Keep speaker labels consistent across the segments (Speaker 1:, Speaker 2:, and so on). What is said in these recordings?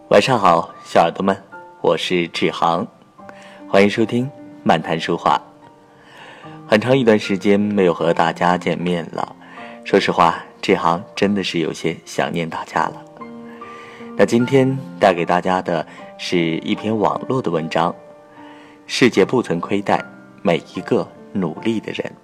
Speaker 1: 晚上好，小耳朵们，我是志航，欢迎收听漫谈书画。很长一段时间没有和大家见面了，说实话，志航真的是有些想念大家了。那今天带给大家的是一篇网络的文章，世界不曾亏待每一个努力的人。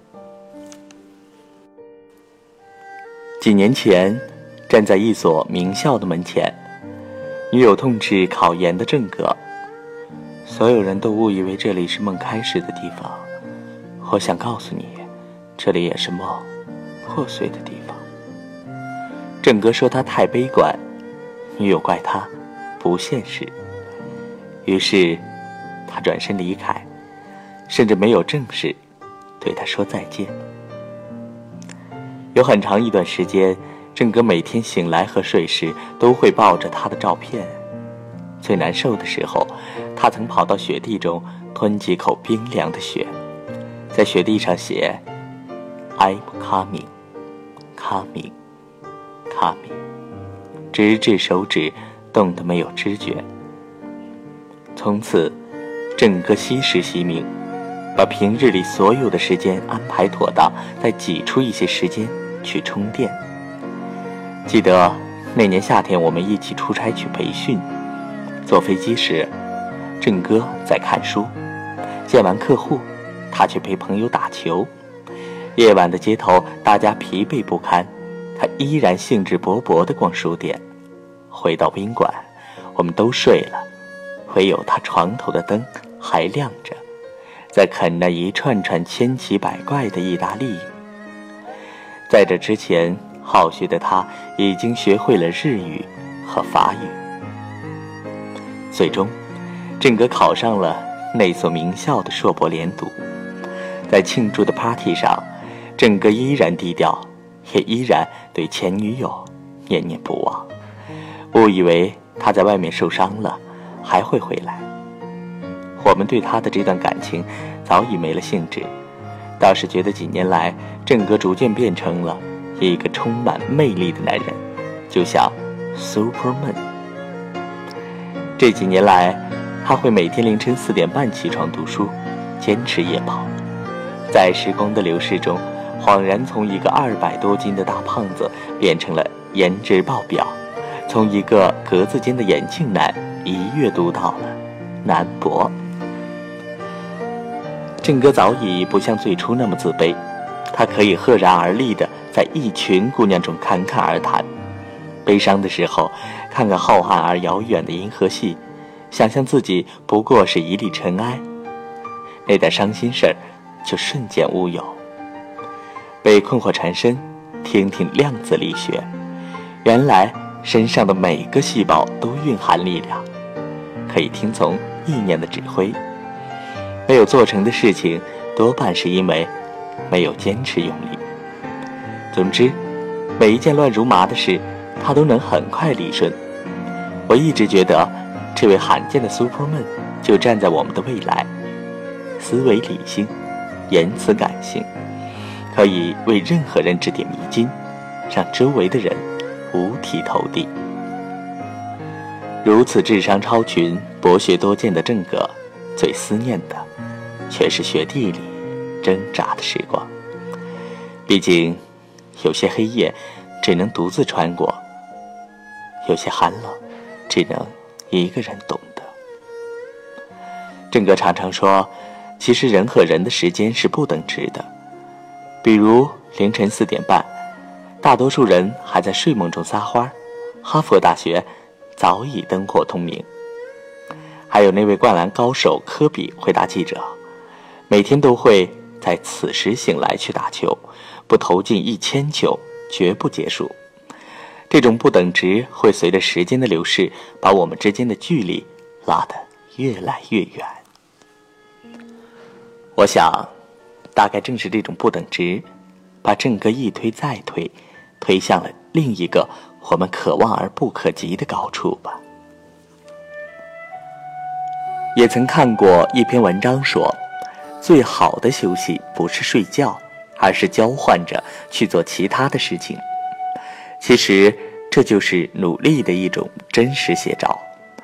Speaker 1: 几年前，站在一所名校的门前，女友痛斥考研的郑哥，所有人都误以为这里是梦开始的地方，我想告诉你，这里也是梦破碎的地方。郑哥说他太悲观，女友怪他不现实，于是他转身离开，甚至没有正式对他说再见。有很长一段时间，郑哥每天醒来和睡时都会抱着他的照片。最难受的时候，他曾跑到雪地中吞几口冰凉的雪，在雪地上写 I'm coming, coming, coming， 直至手指冻得没有知觉。从此，郑哥惜时惜命，把平日里所有的时间安排妥当，再挤出一些时间去充电。记得那年夏天，我们一起出差去培训，坐飞机时，郑哥在看书，见完客户，他去陪朋友打球。夜晚的街头，大家疲惫不堪，他依然兴致勃勃地逛书店。回到宾馆，我们都睡了，唯有他床头的灯还亮着，在啃那一串串千奇百怪的意大利语。在这之前，好学的他已经学会了日语和法语。最终，郑哥考上了那所名校的硕博连读。在庆祝的 party 上，郑哥依然低调，也依然对前女友念念不忘，误以为他在外面受伤了还会回来。我们对他的这段感情早已没了兴致，倒是觉得几年来郑哥逐渐变成了一个充满魅力的男人，就像 Superman。 这几年来，他会每天凌晨4点半起床读书，坚持夜跑，在时光的流逝中，恍然从一个200多斤的大胖子变成了颜值爆表，从一个格子间的眼镜男一跃读到了男博。郑哥早已不像最初那么自卑，他可以赫然而立地在一群姑娘中侃侃而谈。悲伤的时候，看看浩瀚而遥远的银河系，想象自己不过是一粒尘埃，那点伤心事儿就瞬间乌有。被困惑缠身，听听量子力学，原来身上的每个细胞都蕴含力量，可以听从意念的指挥。没有做成的事情，多半是因为没有坚持用力。总之，每一件乱如麻的事，他都能很快理顺。我一直觉得，这位罕见的 Superman 就站在我们的未来，思维理性，言辞感性，可以为任何人指点迷津，让周围的人五体投地。如此智商超群、博学多见的郑哥，最思念的却是雪地里挣扎的时光。毕竟有些黑夜只能独自穿过，有些寒冷只能一个人懂得。郑哥常常说，其实人和人的时间是不等值的。比如凌晨4点半，大多数人还在睡梦中撒欢，哈佛大学早已灯火通明。还有那位灌篮高手科比回答记者，每天都会在此时醒来去打球，不投进1000球绝不结束。这种不等值会随着时间的流逝，把我们之间的距离拉得越来越远。我想，大概正是这种不等值，把郑哥一推再推，推向了另一个我们可望而不可及的高处吧。也曾看过一篇文章说，最好的休息不是睡觉，而是交换着去做其他的事情。其实这就是努力的一种真实写照。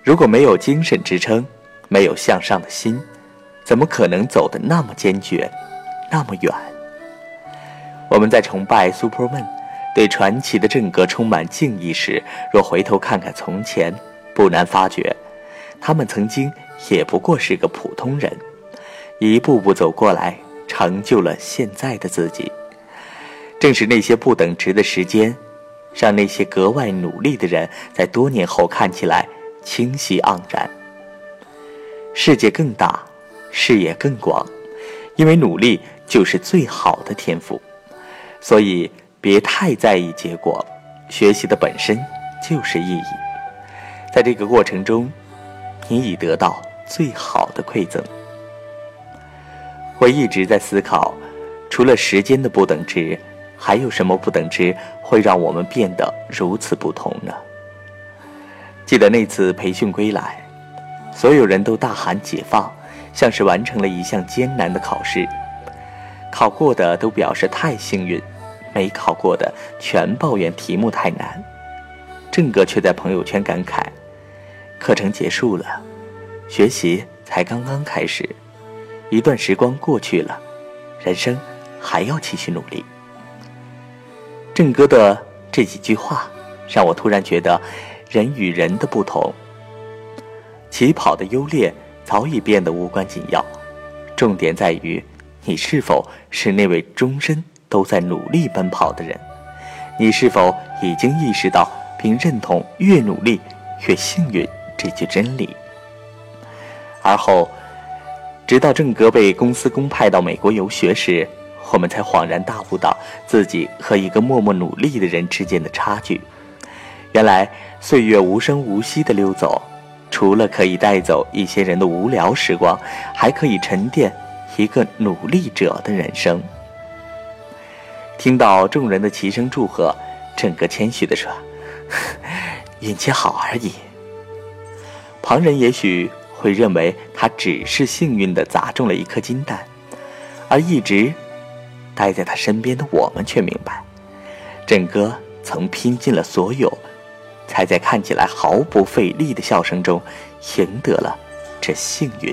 Speaker 1: 如果没有精神支撑，没有向上的心，怎么可能走得那么坚决，那么远？我们在崇拜 Superman， 对传奇的正哥充满敬意时，若回头看看从前，不难发觉，他们曾经也不过是个普通人，一步步走过来，成就了现在的自己。正是那些不等值的时间，让那些格外努力的人在多年后看起来清晰盎然。世界更大，视野更广，因为努力就是最好的天赋。所以别太在意结果，学习的本身就是意义。在这个过程中，你已得到最好的馈赠。我一直在思考，除了时间的不等值，还有什么不等值会让我们变得如此不同呢？记得那次培训归来，所有人都大喊解放，像是完成了一项艰难的考试。考过的都表示太幸运，没考过的全抱怨题目太难。郑哥却在朋友圈感慨，课程结束了，学习才刚刚开始，一段时光过去了，人生还要继续努力。郑哥的这几句话让我突然觉得人与人的不同，起跑的优劣早已变得无关紧要，重点在于你是否是那位终身都在努力奔跑的人，你是否已经意识到并认同越努力越幸运这句真理。而后直到郑哥被公司公派到美国游学时，我们才恍然大悟到自己和一个默默努力的人之间的差距。原来岁月无声无息地溜走，除了可以带走一些人的无聊时光，还可以沉淀一个努力者的人生。听到众人的齐声祝贺，郑哥谦虚地说，运气好而已。旁人也许会认为他只是幸运地砸中了一颗金蛋，而一直待在他身边的我们却明白，郑哥曾拼尽了所有，才在看起来毫不费力的笑声中赢得了这幸运。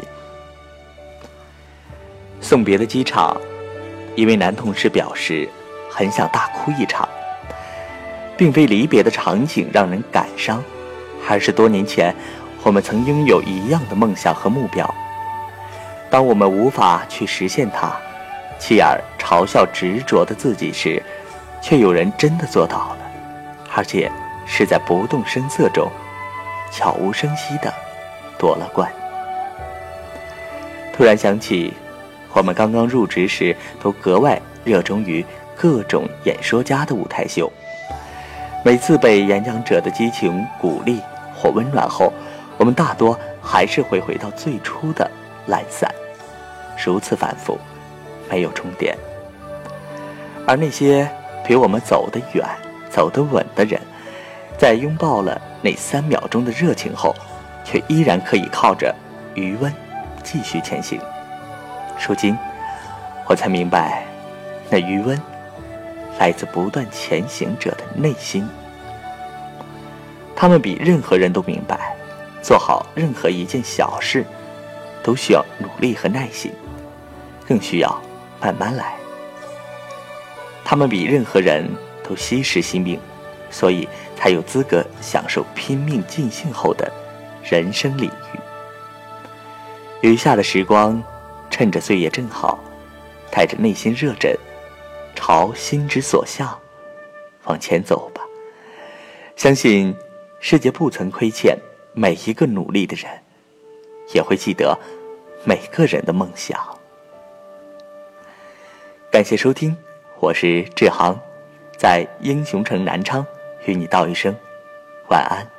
Speaker 1: 送别的机场，一位男同事表示很想大哭一场，并非离别的场景让人感伤，而是多年前我们曾拥有一样的梦想和目标，当我们无法去实现它，继而嘲笑执着的自己时，却有人真的做到了，而且是在不动声色中悄无声息地夺了冠。突然想起我们刚刚入职时都格外热衷于各种演说家的舞台秀，每次被演讲者的激情鼓励或温暖后，我们大多还是会回到最初的懒散，如此反复，没有终点。而那些比我们走得远走得稳的人，在拥抱了那3秒钟的热情后，却依然可以靠着余温继续前行。如今我才明白，那余温来自不断前行者的内心。他们比任何人都明白，做好任何一件小事都需要努力和耐心，更需要慢慢来。他们比任何人都惜时惜命，所以才有资格享受拼命尽兴后的人生礼遇。余下的时光，趁着岁月正好，带着内心热忱，朝心之所向往前走吧。相信世界不曾亏欠每一个努力的人，也会记得每个人的梦想。感谢收听，我是志航，在英雄城南昌与你道一声晚安。